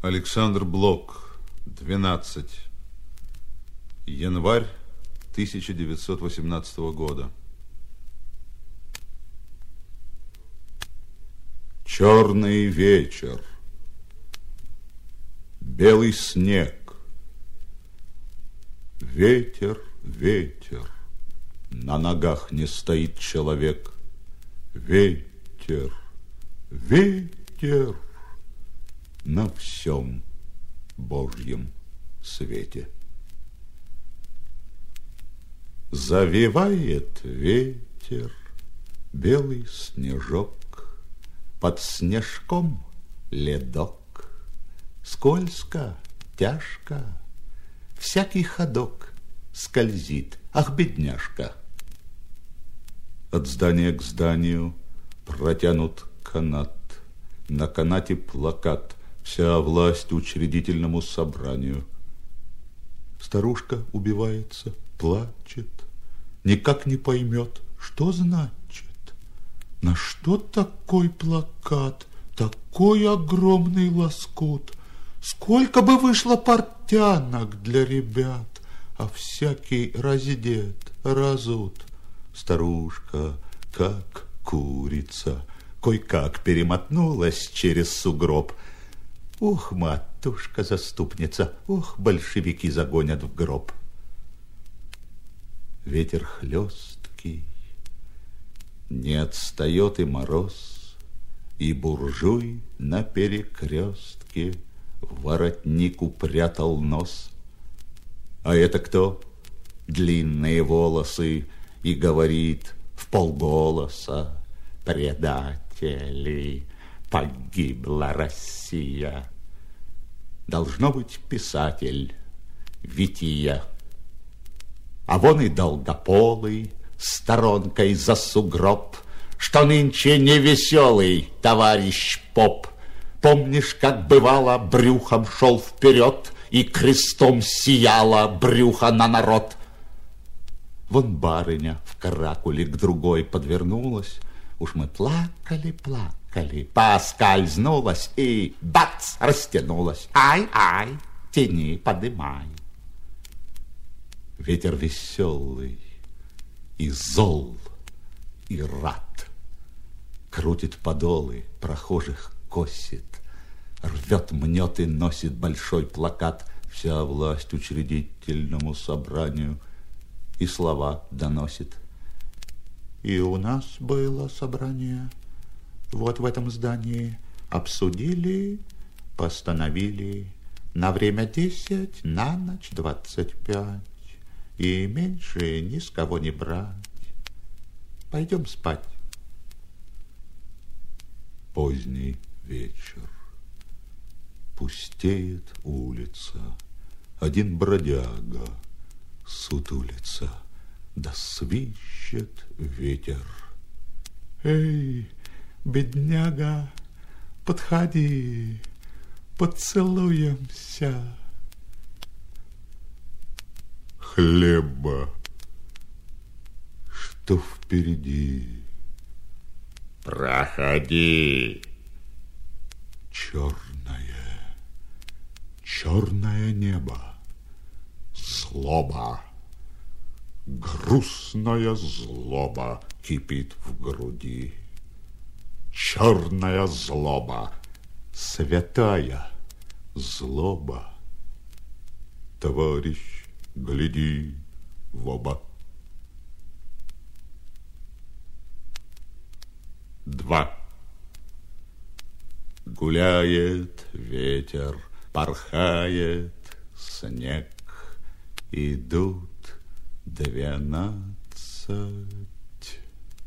Александр Блок, 12. Январь 1918 года. Черный вечер, белый снег, ветер, ветер, на ногах не стоит человек. Ветер, ветер, на всем Божьем свете. Завевает ветер белый снежок, под снежком ледок, скользко, тяжко, всякий ходок скользит, ах, бедняжка. От здания к зданию протянут канат, на канате плакат: вся власть учредительному собранию. Старушка убивается, плачет, никак не поймет, что значит. На что такой плакат, такой огромный лоскут? Сколько бы вышло портянок для ребят, а всякий раздет, разут. Старушка, как курица, кой-как перемотнулась через сугроб. Ух, матушка-заступница, ух, большевики загонят в гроб. Ветер хлесткий, не отстает и мороз, и буржуй на перекрестке в воротник упрятал нос. А это кто? Длинные волосы, и говорит вполголоса: предатели, погибла Россия. Должно быть писатель Вития. А вон и долгополый, сторонкой за сугроб, что нынче невеселый товарищ поп. Помнишь, как бывало, брюхом шел вперед и крестом сияло брюхо на народ? Вон барыня в каракуле к другой подвернулась. Уж мы плакали, плакали, поскользнулась и бац, растянулась. Ай-ай, тяни, подымай. Ветер веселый и зол, и рад, крутит подолы, прохожих косит, рвет, мнет и носит большой плакат: вся власть учредительному собранию, и слова доносит. И у нас было собрание, вот в этом здании, обсудили, постановили на время 10, на ночь 25, и меньше ни с кого не брать. Пойдем спать. Поздний вечер. Пустеет улица. Один бродяга сутулится, да свищет ветер. Эй, бедняга, подходи, поцелуемся. Хлеба, что впереди? Проходи. Черное, черное небо, злоба, грустная злоба кипит в груди. Черная злоба, святая злоба. Товарищ, гляди в оба. 2. Гуляет ветер, порхает снег, идут 12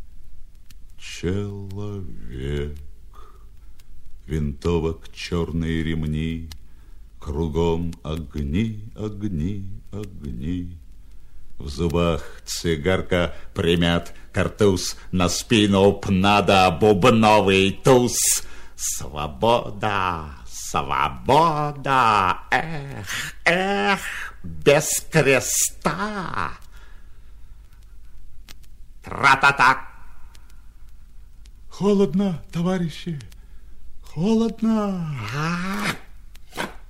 человек. Винтовок черные ремни, кругом огни, огни, огни. В зубах цигарка, примят картуз, на спину пнада бубновый туз. Свобода, свобода, эх, эх, без креста. Тра-та-та. Холодно, товарищи, холодно.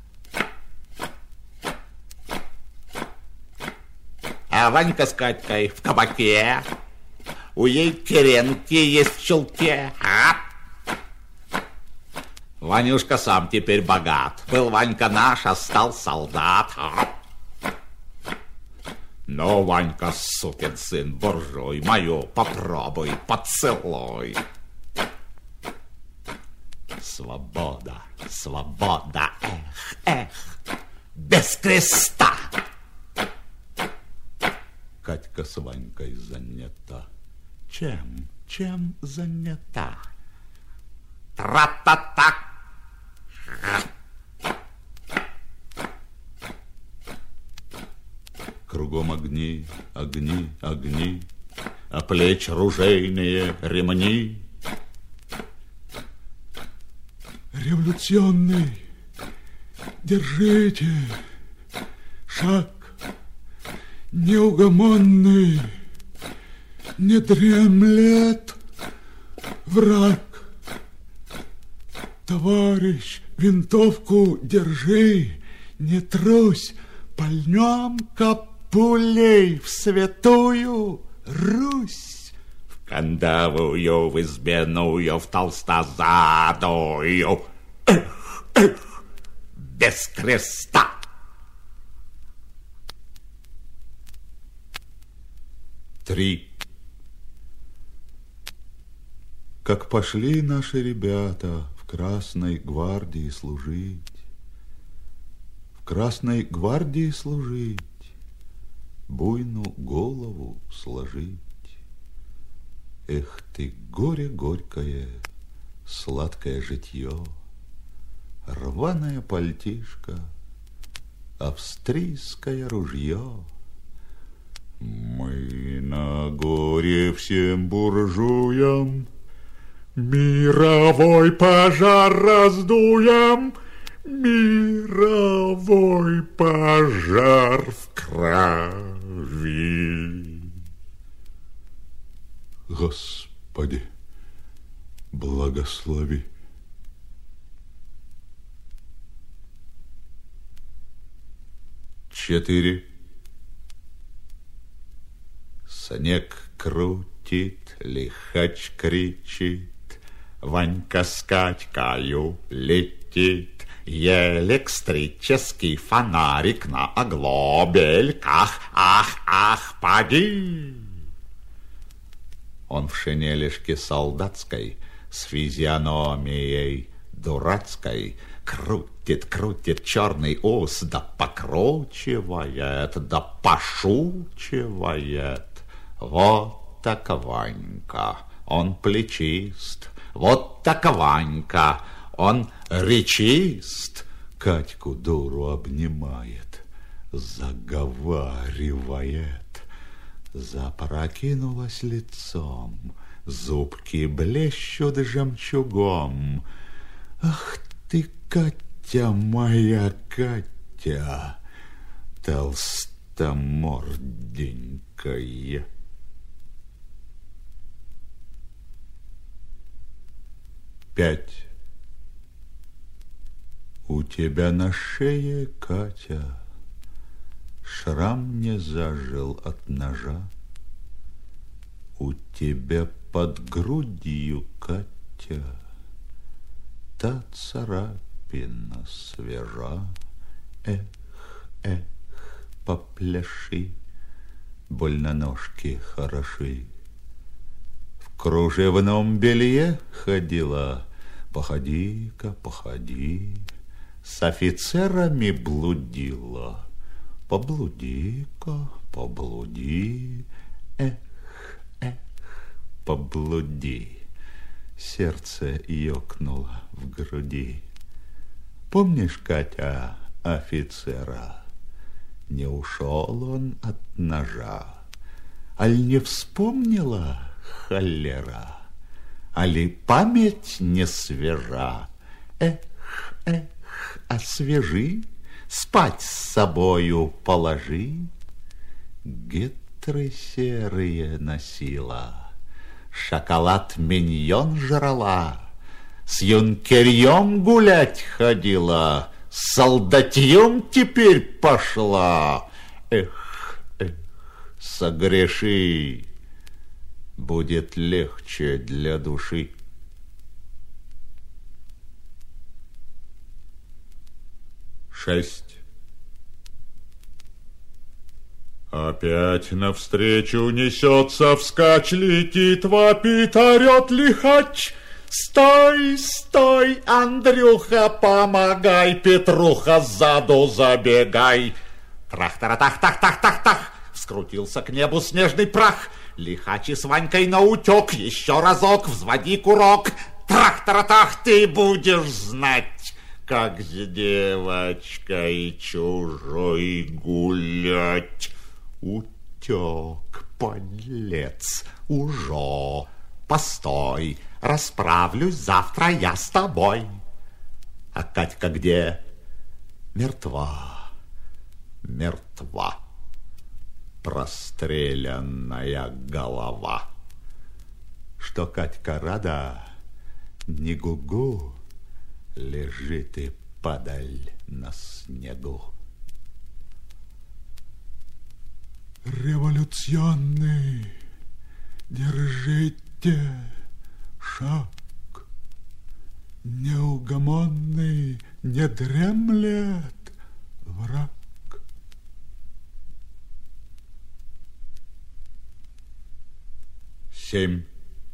Ванька с Катькой в кабаке. У ей керенки есть в чулке. Ванюшка сам теперь богат. Был Ванька наш, а стал солдат. Но Ванька, сукин сын, буржуй, мою попробуй, поцелуй. Свобода, свобода, эх, эх, без креста. Катька с Ванькой занята. Чем занята? Тра-та-та. Кругом огни, огни, огни, а плеч ружейные ремни. Революционный, держите шаг, неугомонный, не дремлет враг. Товарищ, винтовку держи, не трусь, пальнем-ка пулей в святую Русь. В кандавую, в избеную, в толстозадую. Эх, эх, без креста. Три. Как пошли наши ребята в Красной гвардии служить, в Красной гвардии служить, буйну голову сложить. Эх ты, горе горькое, сладкое житье, рваная пальтишка, австрийское ружье. Мы на горе всем буржуям мировой пожар раздуем, мировой пожар в крови. Господи, благослови. Четыре. Снег крутит, лихач кричит, Ванька с Катькою летит. Электрический фонарик на оглобельках. Ах, ах, поди! Он в шинелишке солдатской с физиономией дурацкой крутит, крутит черный ус, да покручивает, да пошучивает. Вот так Ванька, он плечист, вот так Ванька, он речист. Катьку дуру обнимает, заговаривает. Запрокинулась лицом, зубки блещут жемчугом. Ах ты, Катя моя, Катя, толстоморденькая. Пять. У тебя на шее, Катя, шрам не зажил от ножа. У тебя под грудью, Катя, та царапина свежа. Эх, эх, попляши, больно ножки хороши. В кружевном белье ходила, походи-ка, походи. С офицерами блудила, поблуди-ка, поблуди. Эх, эх, поблуди. Сердце ёкнуло в груди. Помнишь, Катя, офицера? Не ушел он от ножа. Аль не вспомнила, холера? Али память не свежа? Эх, эх, освежи, спать с собою положи. Гетры серые носила, шоколад миньон жрала, с юнкерьем гулять ходила, с солдатьем теперь пошла. Эх, эх, согреши, будет легче для души. Шесть. Опять навстречу несется вскачь, летит, вопит, орет лихач. Стой, стой, Андрюха, помогай, Петруха, сзаду забегай. Трах-тара-тах-тах-тах-тах-тах, вскрутился к небу снежный прах. Лихачи с Ванькой наутек, еще разок взводи курок. Трах-тара-тах, ты будешь знать, как с девочкой чужой гулять. Утек, подлец, уже. Постой, расправлюсь завтра я с тобой. А Катька где? Мертва, мертва, простреленная голова. Что Катька рада, не гугу, лежит и падаль на снегу. Революционный, держите шаг. Неугомонный не дремлет враг. Семь.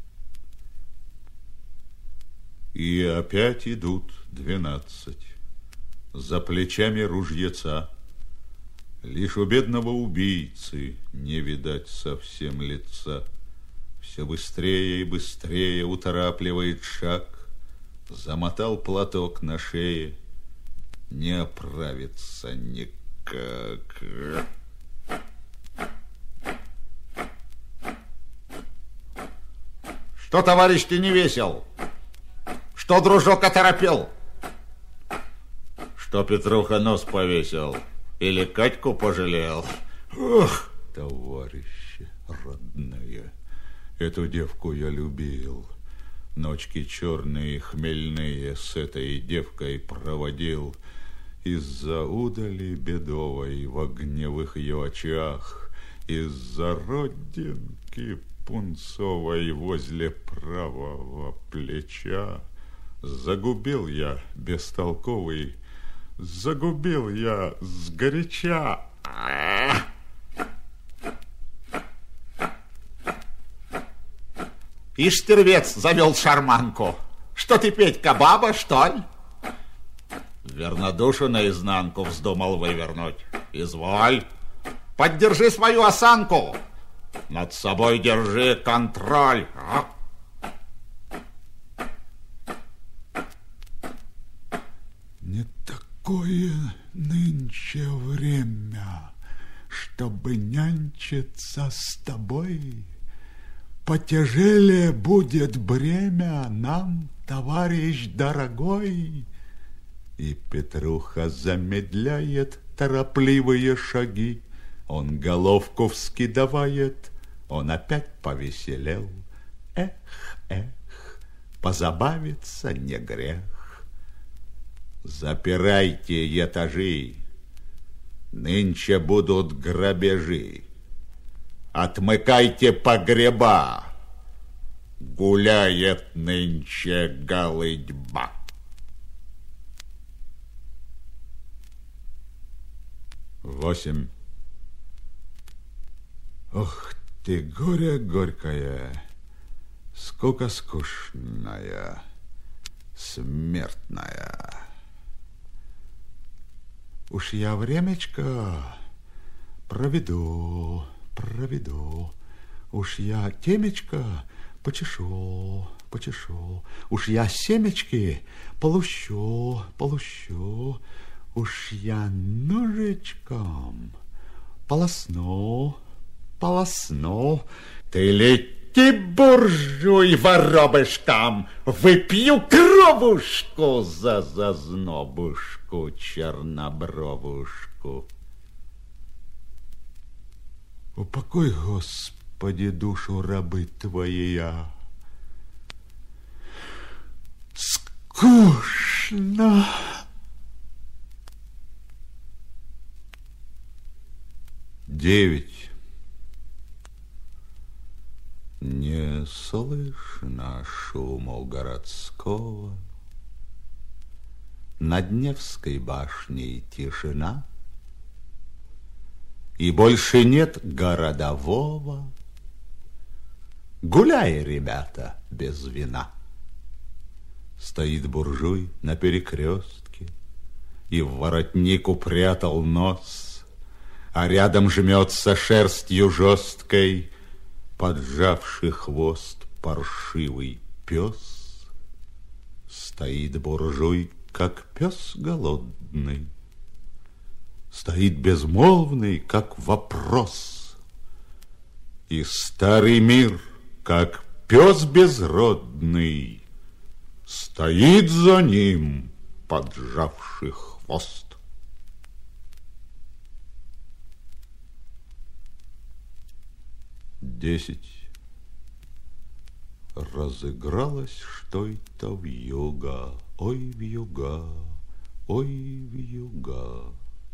И опять идут 12. За плечами ружьеца. Лишь у бедного убийцы не видать совсем лица. Все быстрее и быстрее уторапливает шаг. Замотал платок на шее. Не оправится никак. Что, товарищ, ты не весел? Что, дружок, оторопел? Что Петруха нос повесил? Или Катьку пожалел? Ох, товарищи родные, эту девку я любил. Ночки черные, хмельные с этой девкой проводил. Из-за удали бедовой в огневых ее очах, из-за родинки пунцовой возле правого плеча. Загубил я бестолковый, загубил я сгоряча. Ишь, стервец, завел шарманку. Что ты, Петька, баба, что ли? Вернодушу наизнанку вздумал вывернуть. Изволь, поддержи свою осанку. Над собой держи контроль. Не такое нынче время, чтобы нянчиться с тобой. Потяжелее будет бремя нам, товарищ дорогой. И Петруха замедляет торопливые шаги. Он головку вскидывает, он опять повеселел. Эх, эх, позабавиться не грех. Запирайте этажи, нынче будут грабежи. Отмыкайте погреба, гуляет нынче голыдьба. Восемь. Ох ты, горе горькое, скука скучная, смертная. Уж я времечко проведу. Уж я темечко почешу. Уж я семечки полущу. Уж я ножичком полосну. Ты лети, буржуй, воробышкам, выпью кровушку за зазнобушку чернобровушку. Упокой, Господи, душу рабы Твоя. Скучно. 9. Не слышно шуму городского, над Невской башней тишина, и больше нет городового. Гуляй, ребята, без вина. Стоит буржуй на перекрестке и в воротник упрятал нос, а рядом жмется шерстью жесткой поджавший хвост паршивый пес. Стоит буржуй, как пес голодный, стоит безмолвный, как вопрос. И старый мир, как пес безродный, стоит за ним, поджавший хвост. Десять. Разыгралась что-то вьюга, ой, вьюга, ой, вьюга.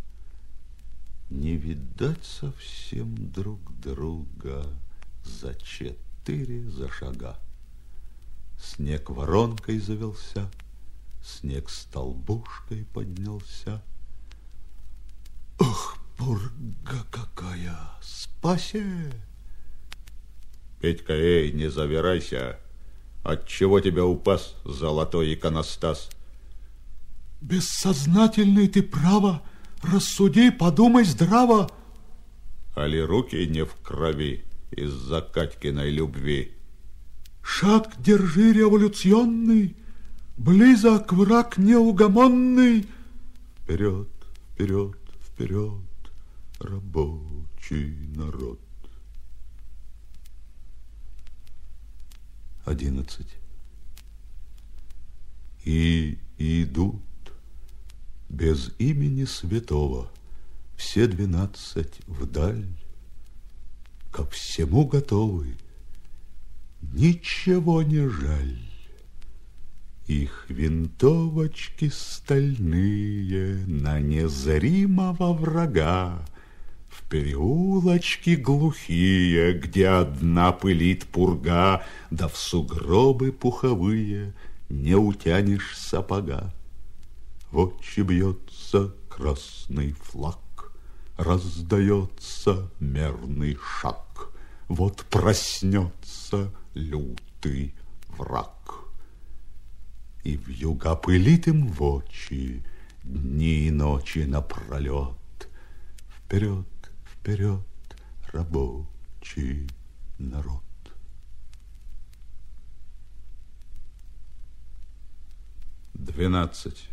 Не видать совсем друг друга за 4 шага. Снег воронкой завелся, снег столбушкой поднялся. Ох, пурга какая, спасе! Петька, эй, не завирайся. Отчего тебя упас золотой иконостас? Бессознательный ты, право. Рассуди, подумай здраво. Али руки не в крови из-за Катькиной любви? Шаг держи революционный, близок враг неугомонный. Вперед, вперед, вперед, рабочий народ. 11. И идут без имени святого все 12 вдаль, ко всему готовы, ничего не жаль. Их винтовочки стальные на незримого врага, в переулочки глухие, где одна пылит пурга, да в сугробы пуховые не утянешь сапога. Вот бьется красный флаг, раздается мерный шаг, вот проснется лютый враг. И вьюга пылит им в очи дни и ночи напролет. Вперед, вперед, рабочий народ. 12.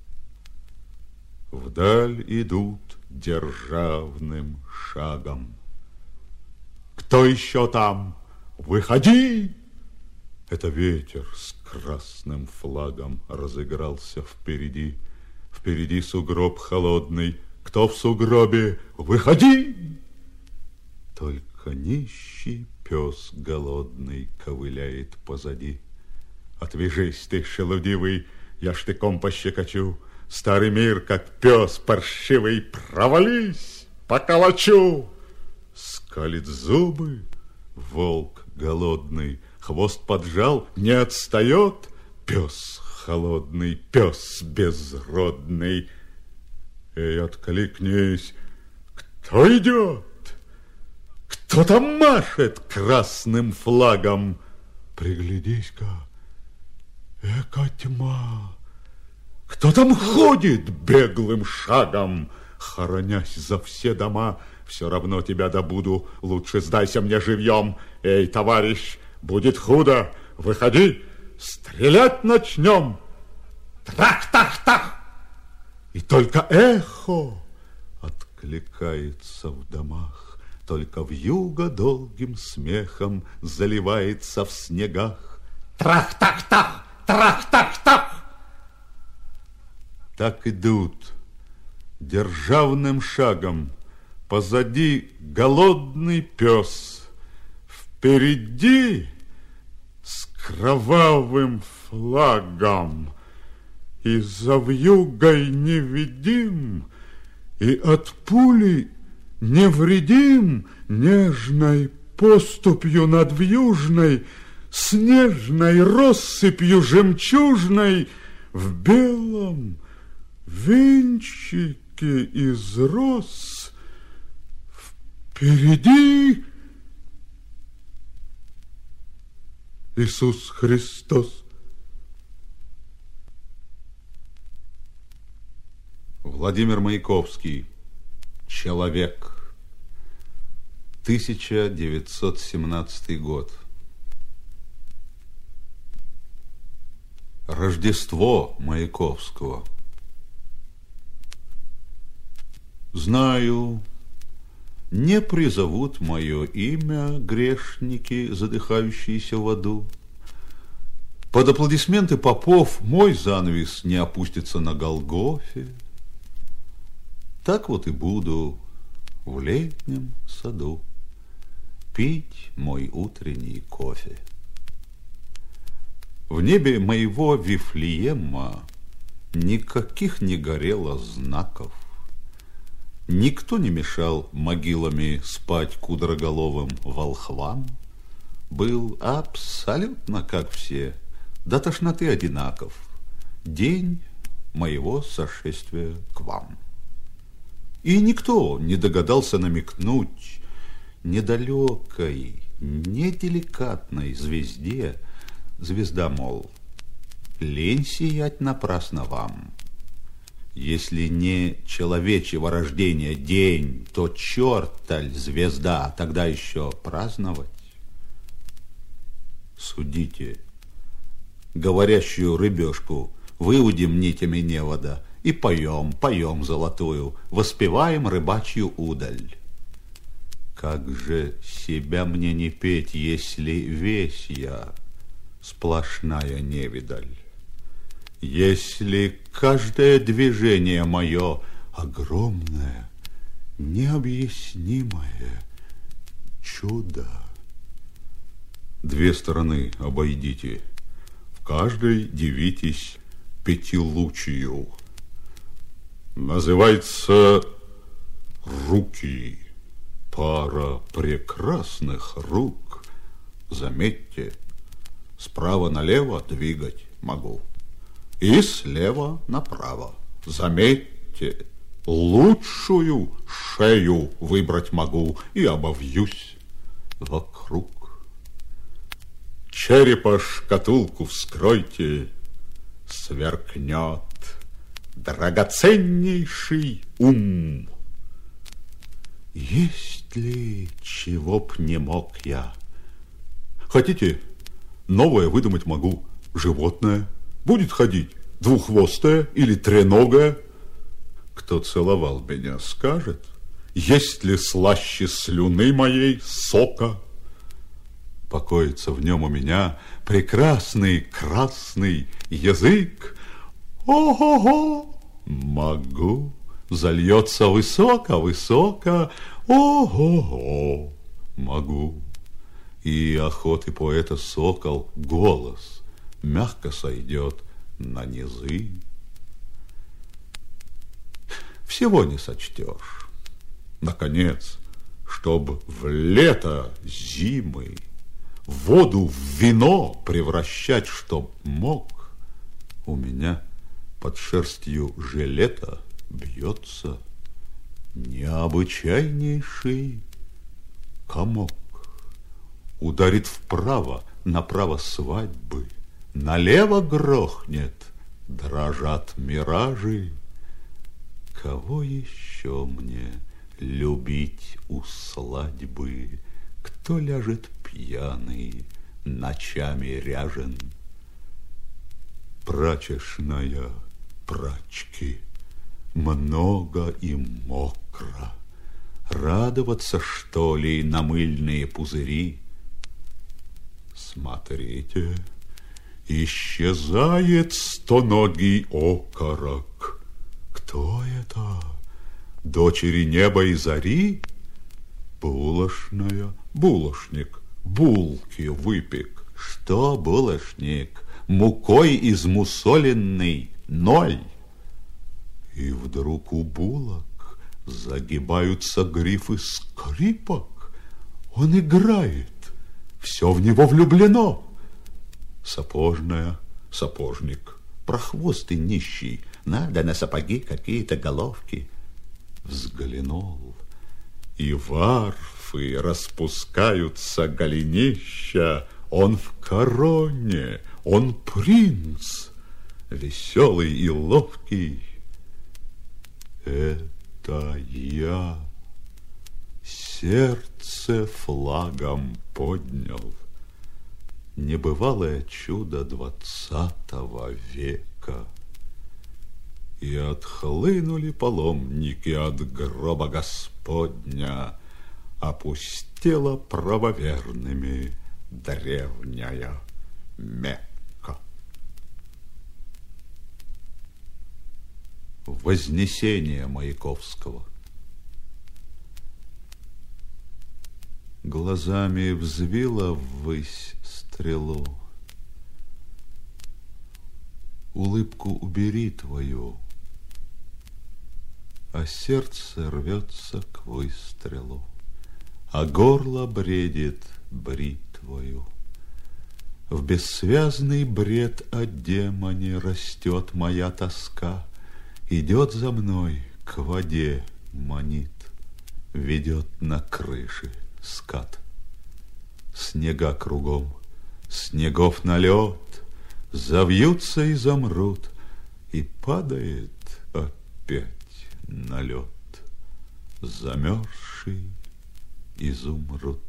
Вдаль идут державным шагом. Кто еще там? Выходи! Это ветер с красным флагом разыгрался впереди. Впереди сугроб холодный. Кто в сугробе? Выходи! Только нищий пес голодный ковыляет позади. Отвяжись ты, шелудивый, я штыком пощекочу. Старый мир, как пес паршивый, провались, поколочу. Скалит зубы волк голодный, хвост поджал, не отстает. Пес холодный, пес безродный. Эй, откликнись, кто идет? Кто там машет красным флагом? Приглядись-ка, эка тьма. Кто там ходит беглым шагом? Хоронясь за все дома, все равно тебя добуду, лучше сдайся мне живьем. Эй, товарищ, будет худо, выходи, стрелять начнем. Трах-тах-тах! И только эхо откликается в домах, только вьюга долгим смехом заливается в снегах. Трах-тах-тах! Трах-тах-тах! Так идут державным шагом. Позади голодный пес, впереди с кровавым флагом. И за вьюгой невидим, и от пули невредим нежной поступью над вьюжной, снежной россыпью жемчужной, в белом венчике из роз, впереди Иисус Христос. Владимир Маяковский. Человек. 1917 год. Рождество Маяковского. Знаю, не призовут мое имя грешники, задыхающиеся в аду. Под аплодисменты попов мой занавес не опустится на Голгофе. Так вот и буду в летнем саду пить мой утренний кофе. В небе моего Вифлеема никаких не горело знаков. Никто не мешал могилами спать кудроголовым волхвам. Был абсолютно как все, до тошноты одинаков, день моего сошествия к вам. И никто не догадался намекнуть недалекой, неделикатной звезде, звезда, мол, лень сиять напрасно вам. Если не человечьего рождения день, то черталь звезда, тогда еще праздновать. Судите, говорящую рыбешку выудим нитями невода и поем, поем золотую, воспеваем рыбачью удаль. Как же себя мне не петь, если весь я сплошная невидаль? Если каждое движение мое огромное, необъяснимое чудо. Две стороны обойдите, в каждой дивитесь пятилучию. Называется руки, пара прекрасных рук. Заметьте, справа налево двигать могу. И слева направо. Заметьте, лучшую шею выбрать могу и обовьюсь вокруг. Черепа шкатулку вскройте, сверкнет драгоценнейший ум. Есть ли чего б не мог я? Хотите, новое выдумать могу. Животное будет ходить, двуххвостое или треногое. Кто целовал меня, скажет, есть ли слаще слюны моей сока. Покоится в нем у меня прекрасный красный язык. Ого-го, могу, зальется высоко-высоко. Ого-го, могу. И охоты поэта сокол голос мягко сойдет на низы. Всего не сочтешь. Наконец, чтоб в лето зимы воду в вино превращать, чтоб мог, у меня под шерстью жилета бьется необычайнейший комок. Ударит вправо, направо свадьбы, налево грохнет, дрожат миражи. Кого еще мне любить усладьбы? Кто ляжет пьяный, ночами ряжен? Прачечная, прачки, много и мокро. Радоваться, что ли, на мыльные пузыри? Смотрите, исчезает стоногий окорок. Кто это? Дочери неба и зари? Булошная, булошник, булки выпек. Что булошник? Мукой измусоленный 0. И вдруг у булок загибаются грифы скрипок. Он играет, все в него влюблено. Сапожная, сапожник, Прохвостый нищий, надо на сапоги какие-то головки. взглянул, и варфы распускаются голенища. Он в короне, он принц, веселый и ловкий. Это я сердце флагом поднял. Небывалое чудо 20 века. И отхлынули паломники от гроба Господня, опустела правоверными древняя Мекка. Вознесение Маяковского. Глазами взвила ввысь стрелу. Улыбку убери твою, а сердце рвется к выстрелу, а горло бредит бритвою. В бессвязный бред о демоне растет моя тоска, идет за мной, к воде манит, ведет на крыши скат. Снега кругом, снегов налет, завьются и замрут, и падает опять на лед замерзший изумруд.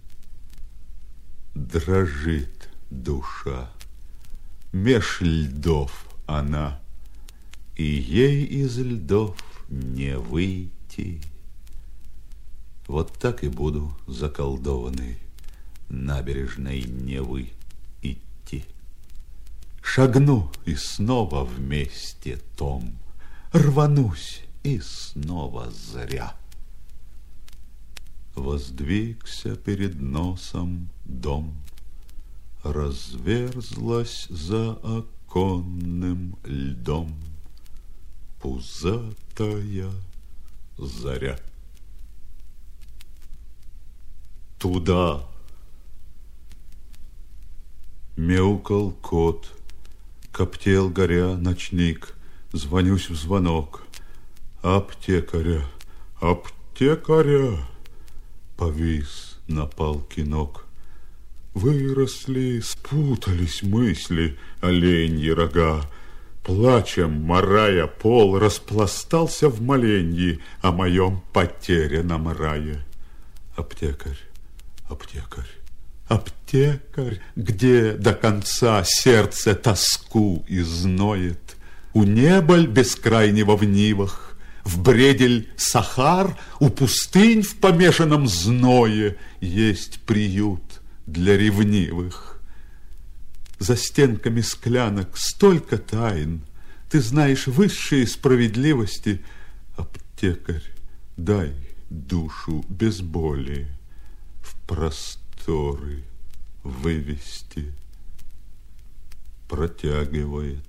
Дрожит душа, меж льдов она, и ей из льдов не выйти. Вот так и буду заколдованный набережной Невы идти. Шагну и снова вместе том, рванусь и снова зря. Воздвигся перед носом дом, разверзлась за оконным льдом пузатая заря. Туда мяукал кот, коптел горя ночник, звонюсь в звонок. Аптекаря, аптекаря, повис на палке ног. Выросли, спутались мысли, оленьи рога. Плачем, марая пол, распластался в моленье о моем потерянном рае. Аптекарь, аптекарь, аптекарь, где до конца сердце тоску изноет? У неболь бескрайнего в нивах, в бредель Сахар, у пустынь в помешанном зное есть приют для ревнивых. За стенками склянок столько тайн, ты знаешь высшие справедливости. Аптекарь, дай душу без боли в просторы вывести. Протягивает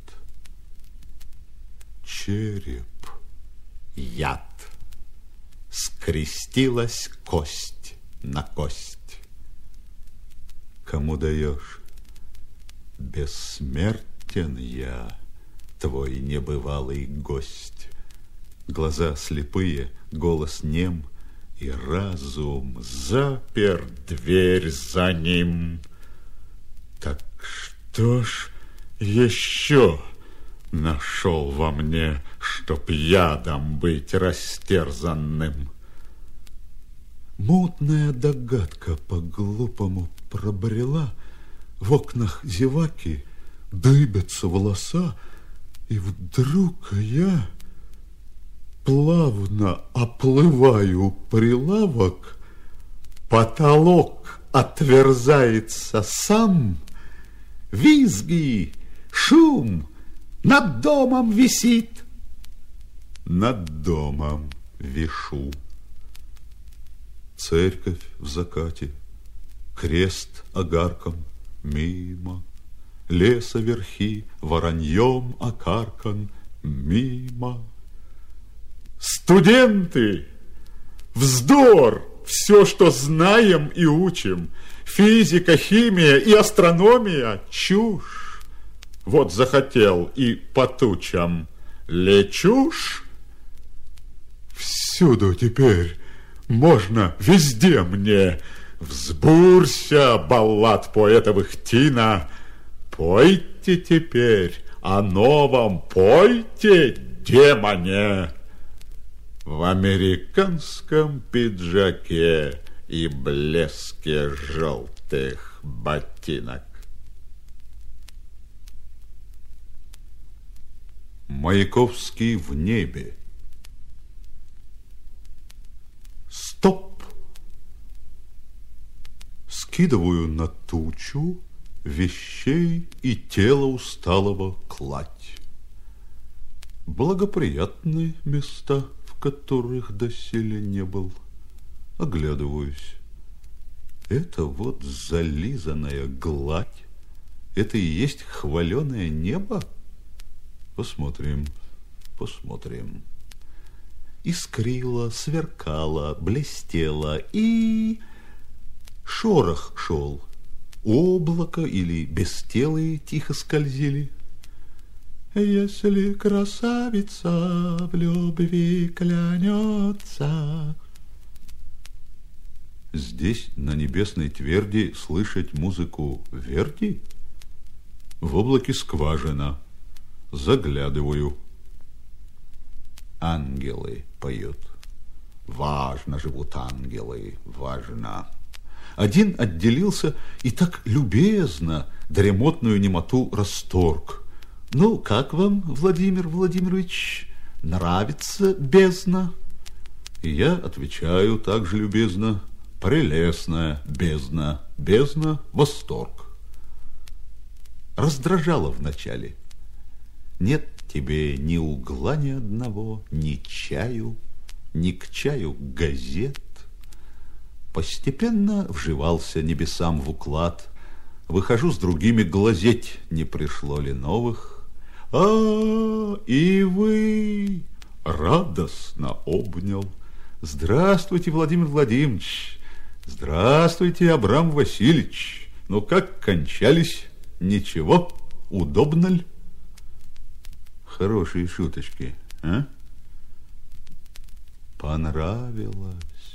череп. Яд. Скрестилась кость на кость. Кому даешь? Бессмертен я, твой небывалый гость. Глаза слепые, голос нем, и разум запер дверь за ним. Так что ж еще нашел во мне, чтоб ядом быть растерзанным? Мутная догадка по-глупому пробрела. В окнах зеваки дыбятся волоса, и вдруг я плавно оплываю прилавок, потолок отверзается сам, визги, шум над домом висит. Над домом вишу. Церковь в закате, крест огарком мимо, леса верхи вороньем окаркан мимо. Студенты! Вздор! все, что знаем и учим. Физика, химия и астрономия – чушь. Вот захотел и по тучам лечушь. Всюду теперь можно, везде мне. Взбурься, баллад поэтовых Тина. Пойте теперь о новом, пойте, демоне. В американском пиджаке и блеске желтых ботинок. Маяковский в небе. Стоп! Скидываю на тучу вещей и тело усталого кладь. Благоприятные места, в которых доселе не был. Оглядываюсь. Это вот зализанная гладь. Это и есть хваленое небо? Посмотрим, посмотрим. Искрило, сверкало, блестело, и шорох шел. Облако или бестелые тихо скользили. Если красавица в любви клянется. Здесь, на небесной тверди, слышать музыку Верди? В облаке скважина. Заглядываю. Ангелы поют. Важно живут ангелы, важно. Один отделился и так любезно дремотную немоту расторг. Ну, как вам, Владимир Владимирович, нравится бездна? И я отвечаю так же любезно: прелестная бездна, бездна, восторг. Раздражало вначале. Нет тебе ни угла ни одного, ни чаю, ни к чаю газет. Постепенно вживался небесам в уклад. Выхожу с другими глазеть, не пришло ли новых. И вы! Радостно обнял. Здравствуйте, Владимир Владимирович. Здравствуйте, Абрам Васильевич. Ну, как кончались? Ничего? Удобно ли? Хорошие шуточки, а? Понравилось.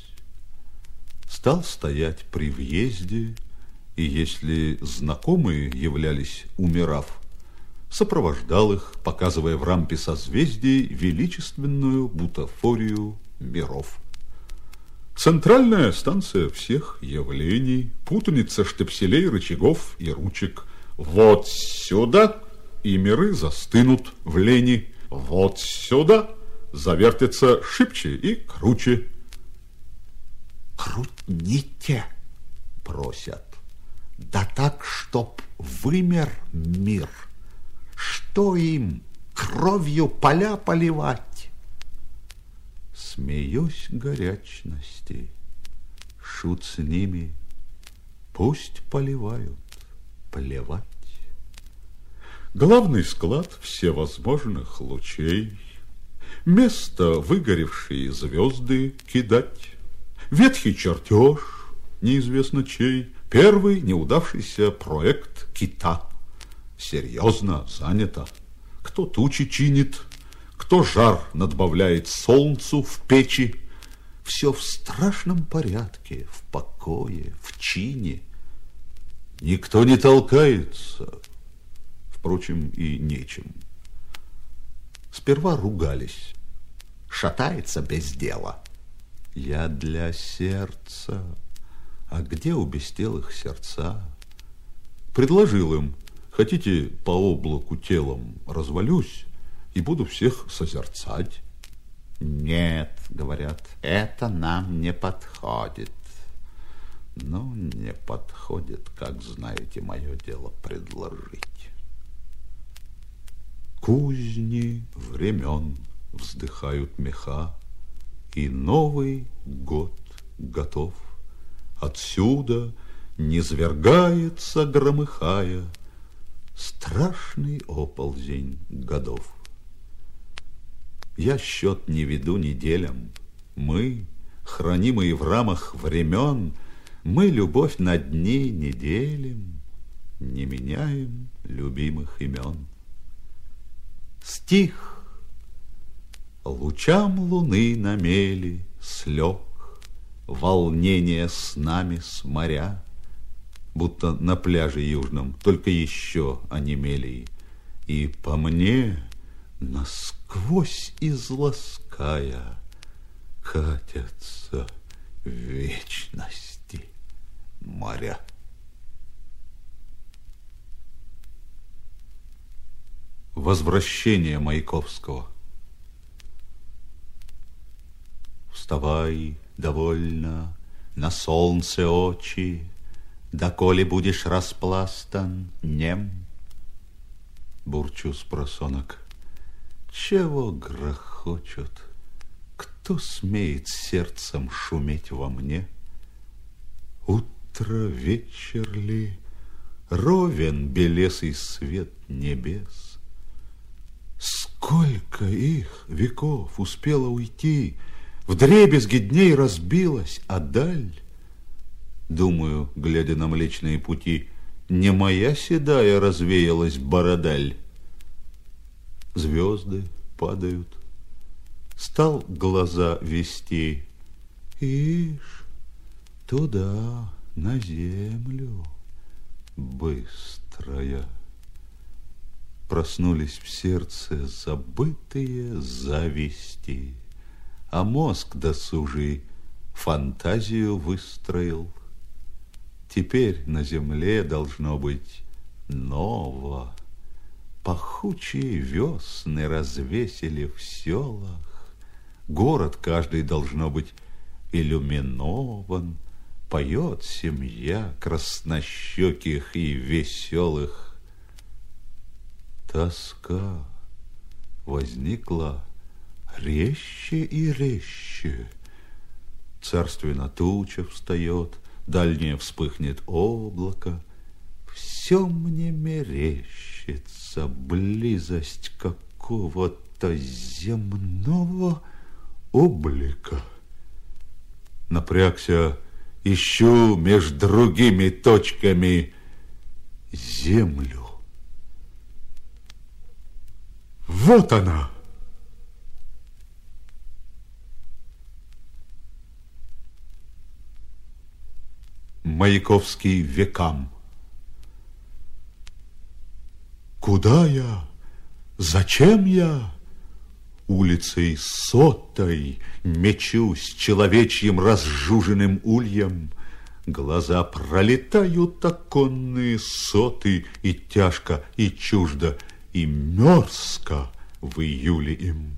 Стал стоять при въезде, и если знакомые являлись, умирав, сопровождал их, показывая в рампе созвездий величественную бутафорию миров. Центральная станция всех явлений, путаница штепселей, рычагов и ручек. Вот сюда, и миры застынут в лени. Вот сюда завертятся шибче и круче. Крутните, просят. Да так, чтоб вымер мир. Что им, кровью поля поливать? Смеюсь горячности, шут с ними, пусть поливают, плевать. Главный склад всевозможных лучей, место выгоревшие звезды кидать, ветхий чертеж, неизвестно чей, первый неудавшийся проект кита. Серьезно занято. Кто тучи чинит, кто жар надбавляет солнцу в печи. Все в страшном порядке, в покое, в чине. Никто не толкается. Впрочем, и нечем. Сперва ругались. Шатается без дела. Я для сердца. А где у бестелых сердца? Предложил им: хотите, по облаку телом развалюсь и буду всех созерцать? Нет, говорят, это нам не подходит. Ну, не подходит, как знаете, мое дело предложить. Кузни времен вздыхают меха, и Новый год готов. Отсюда низвергается, громыхая, страшный оползень годов. Я счет не веду неделям. Мы, хранимые в рамах времен, мы любовь на дни не делим, не меняем любимых имен. Стих. Лучам луны на мели слег волнение с нами с моря, будто на пляже южном, только еще онемели. И по мне, насквозь излаская, катятся вечности моря. Возвращение Маяковского. Вставай, довольно, на солнце очи, доколе будешь распластан, нем. Бурчу спросонок. Чего грохочут? Кто смеет сердцем шуметь во мне? Утро, вечер ли, ровен белесый свет небес. Сколько их веков успело уйти, вдребезги дней разбилась, а даль, думаю, глядя на Млечные Пути, не моя седая развеялась бородаль. Звезды падают, стал глаза вести, ишь, туда, на землю, быстрая. Проснулись в сердце забытые зависти, а мозг досужий фантазию выстроил. Теперь на земле должно быть ново. Пахучие весны развесили в селах. Город каждый должно быть иллюминован. Поет семья краснощеких и веселых. Тоска возникла резче и резче. Царственно туча встает, дальнее вспыхнет облако. Все мне мерещится близость какого-то земного облика. Напрягся, ищу между другими точками землю. Вот она! Маяковский векам. Куда я? Зачем я? Улицей сотой мечусь человечьим разжуженным ульем. Глаза пролетают оконные соты, и тяжко, и чуждо, и мерзко в июле им.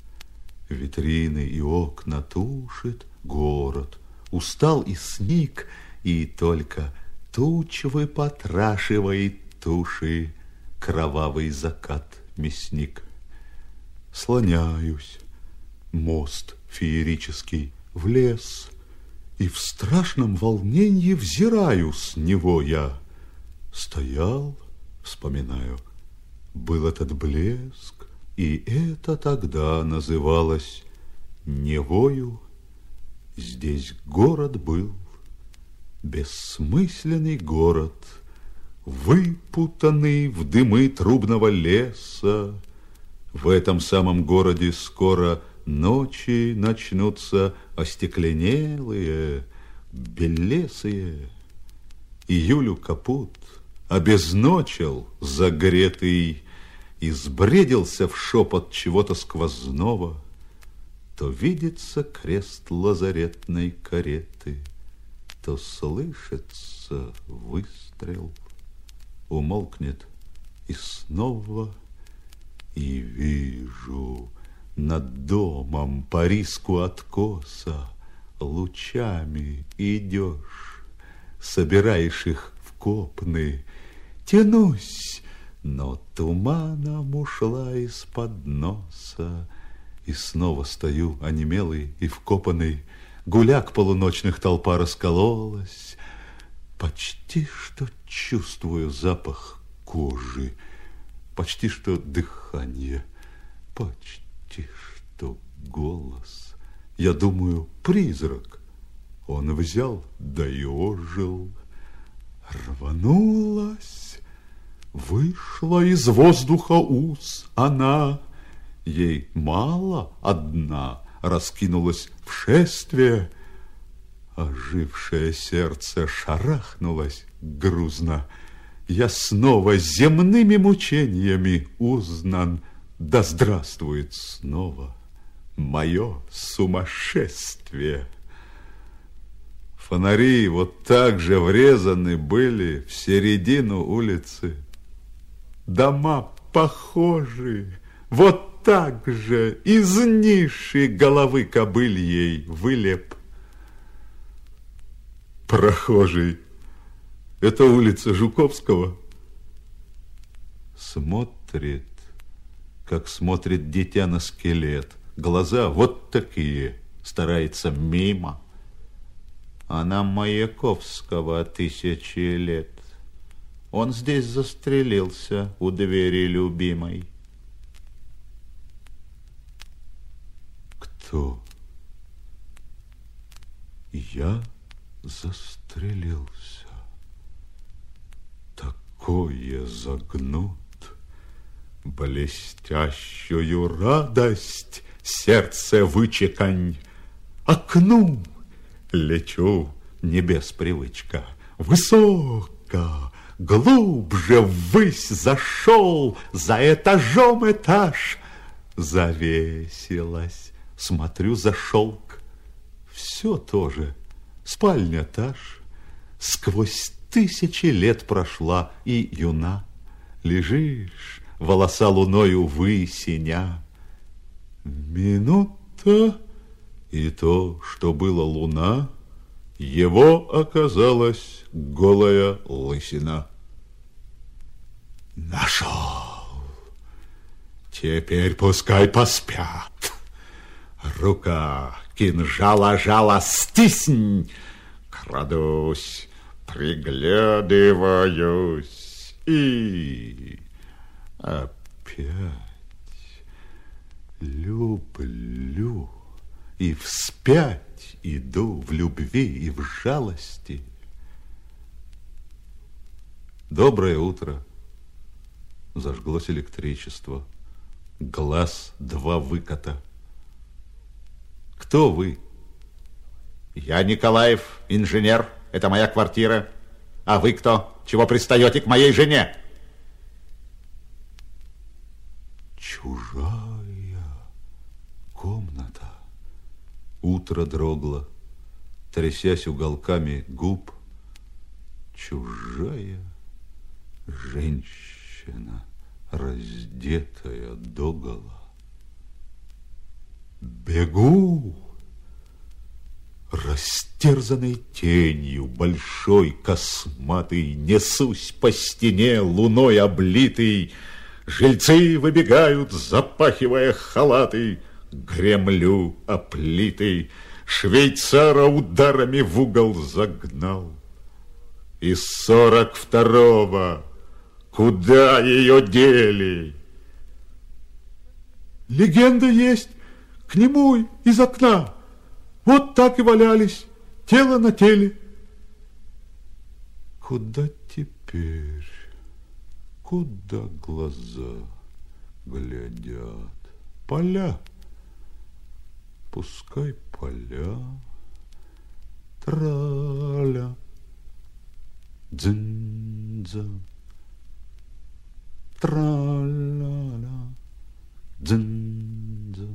Витрины и окна тушит город, устал и сник, и только туч выпотрашивает туши кровавый закат мясник. Слоняюсь, мост феерический, в лес, и в страшном волнении взираю с него я. Стоял, вспоминаю, был этот блеск, и это тогда называлось Невою. Здесь город был, бессмысленный город, выпутанный в дымы трубного леса. В этом самом городе скоро ночи начнутся остекленелые, белесые. Июлю капут обезночил загретый, избредился в шепот чего-то сквозного. То видится крест лазаретной кареты, то слышится выстрел, умолкнет и снова. И вижу над домом по риску откоса лучами идешь, собираешь их в копны. Тянусь, но туманом ушла из-под носа. И снова стою онемелый и вкопанный. Гуляк полуночных толпа раскололась. Почти что чувствую запах кожи, почти что дыхание, почти что голос. Я думаю, призрак. Он взял, да и ожил. Рванулась, вышла из воздуха ус она. Ей мало одна, раскинулась в шествие. Ожившее сердце шарахнулось грузно. Я снова земными мучениями узнан. Да здравствует снова мое сумасшествие. Фонари вот так же врезаны были в середину улицы. Дома похожи, вот так же из ниши головы кобыльей вылеп. Прохожий, это улица Жуковского. Смотрит, как смотрит дитя на скелет. Глаза вот такие, старается мимо. А нам Маяковского 1000 лет. Он здесь застрелился у двери любимой. Кто? Я застрелился. Такое загнут, блестящую радость сердце вычекань. Окну лечу, не без привычка, высоко, глубже ввысь зашел, за этажом этаж. Завесилась, смотрю за шелк, все тоже, спальня та ж. Сквозь 1000 лет прошла и юна. Лежишь, волоса луною высиня. Минута, и то, что было луна, его оказалась голая лысина. Нашел. Теперь пускай поспят. Рука кинжала жала, стиснь. Крадусь, приглядываюсь и опять люблю. И вспять иду в любви и в жалости. Доброе утро. Зажглось электричество. Глаз 2 выката. Кто вы? Я Николаев, инженер. Это моя квартира. А вы кто? Чего пристаете к моей жене? Чужая комната. Утро дрогло, трясясь уголками губ. Чужая женщина, раздетая догола. Бегу, растерзанной тенью, большой, косматый, несусь по стене, луной облитый. Жильцы выбегают, запахивая халаты. Гремлю оплитый, швейцара ударами в угол загнал. Из 42-го куда ее дели? Легенда есть, к нему из окна. Вот так и валялись, тело на теле. Куда теперь? Куда глаза глядят? Поля. Пускай поля. Траля. Дзынза. Траля-ля. Дзынза.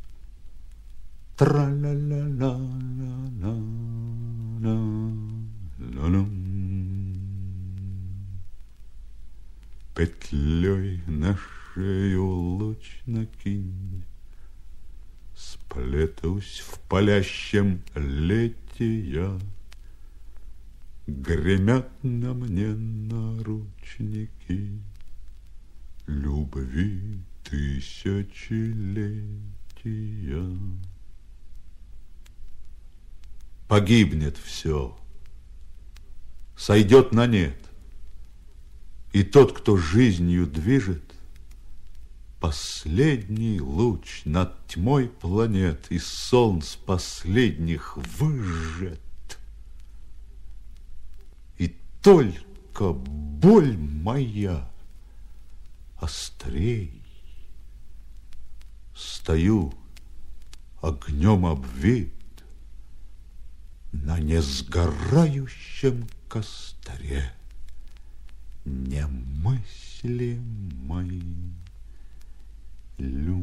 Тра-ля-ля-ля-ля-ля-ля. Петлей на шею луч накинь. Сплетусь в палящем лете я. Гремят на мне наручники любви тысячелетия. Погибнет все, сойдет на нет. И тот, кто жизнью движет, последний луч над тьмой планет и солнц последних выжжет. И только боль моя острей. Стою огнем обвит на несгорающем костре немыслимой любви.